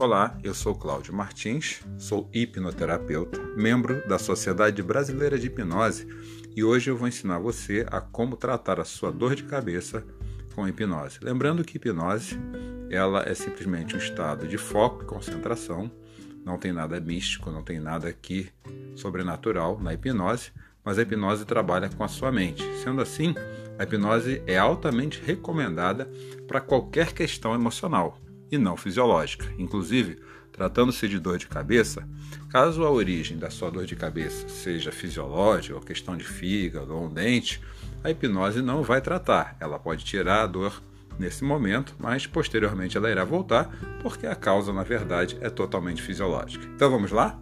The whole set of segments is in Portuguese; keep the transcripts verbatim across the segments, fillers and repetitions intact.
Olá, eu sou Cláudio Martins, sou hipnoterapeuta, membro da Sociedade Brasileira de Hipnose e hoje eu vou ensinar você a como tratar a sua dor de cabeça com hipnose. Lembrando que hipnose ela é simplesmente um estado de foco e concentração, não tem nada místico, não tem nada aqui sobrenatural na hipnose, mas a hipnose trabalha com a sua mente. Sendo assim, a hipnose é altamente recomendada para qualquer questão emocional e não fisiológica. Inclusive, tratando-se de dor de cabeça, caso a origem da sua dor de cabeça seja fisiológica, ou questão de fígado ou um dente, a hipnose não vai tratar. Ela pode tirar a dor nesse momento, mas posteriormente ela irá voltar, porque a causa, na verdade, é totalmente fisiológica. Então vamos lá?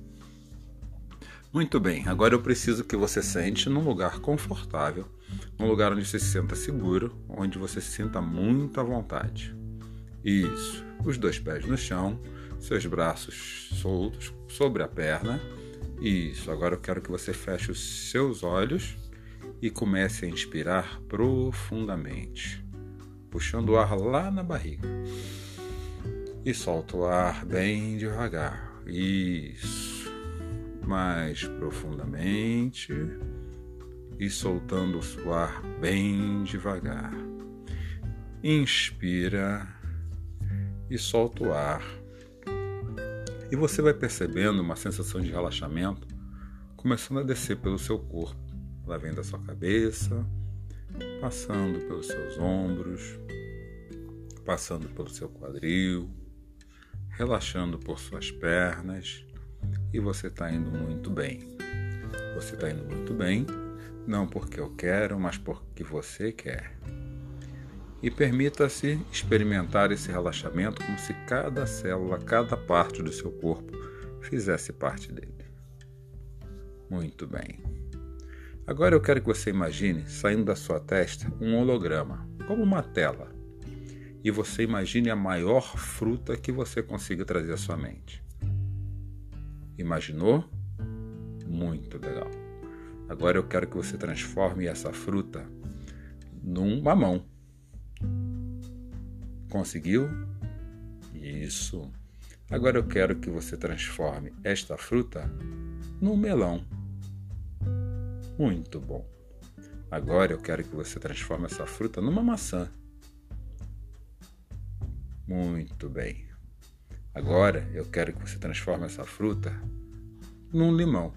Muito bem, agora eu preciso que você sente num lugar confortável, num lugar onde você se sinta seguro, onde você se sinta muito à vontade. Isso, os dois pés no chão, seus braços soltos sobre a perna. Isso, agora eu quero que você feche os seus olhos e comece a inspirar profundamente, puxando o ar lá na barriga. E solta o ar bem devagar. Isso, mais profundamente e soltando o ar bem devagar. Inspira e solta o ar. E você vai percebendo uma sensação de relaxamento começando a descer pelo seu corpo. Ela vem da sua cabeça, passando pelos seus ombros, passando pelo seu quadril, relaxando por suas pernas. E você está indo muito bem. Você está indo muito bem, não porque eu quero, mas porque você quer. E permita-se experimentar esse relaxamento como se cada célula, cada parte do seu corpo fizesse parte dele. Muito bem. Agora eu quero que você imagine saindo da sua testa um holograma, como uma tela. E você imagine a maior fruta que você consiga trazer à sua mente. Imaginou? Muito legal. Agora eu quero que você transforme essa fruta num mamão. Conseguiu? Isso. Agora eu quero que você transforme esta fruta num melão. Muito bom. Agora eu quero que você transforme essa fruta numa maçã. Muito bem. Agora eu quero que você transforme essa fruta num limão.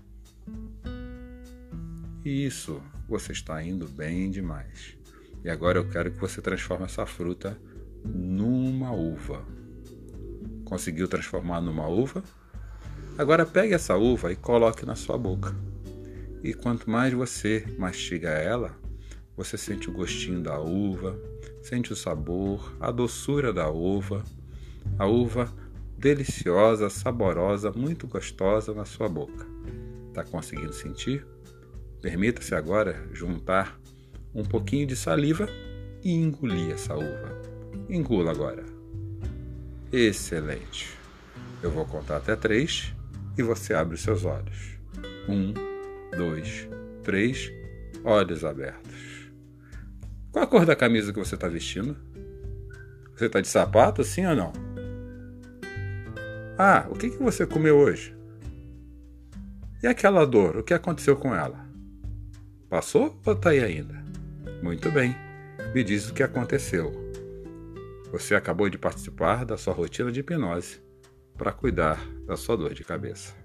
Isso, você está indo bem demais. E agora eu quero que você transforme essa fruta numa uva. Conseguiu transformar numa uva? Agora pegue essa uva e coloque na sua boca. E quanto mais você mastiga ela, você sente o gostinho da uva, sente o sabor, a doçura da uva, a uva deliciosa, saborosa, muito gostosa na sua boca. Está conseguindo sentir? Permita-se agora juntar um pouquinho de saliva e engolir essa uva. Engula agora. Excelente. Eu vou contar até três e você abre os seus olhos. Um, dois, três, olhos abertos. Qual a cor da camisa que você está vestindo? Você está de sapato, sim ou não? Ah, o que, que você comeu hoje? E aquela dor, o que aconteceu com ela? Passou ou está aí ainda? Muito bem, me diz o que aconteceu. Você acabou de participar da sua rotina de hipnose para cuidar da sua dor de cabeça.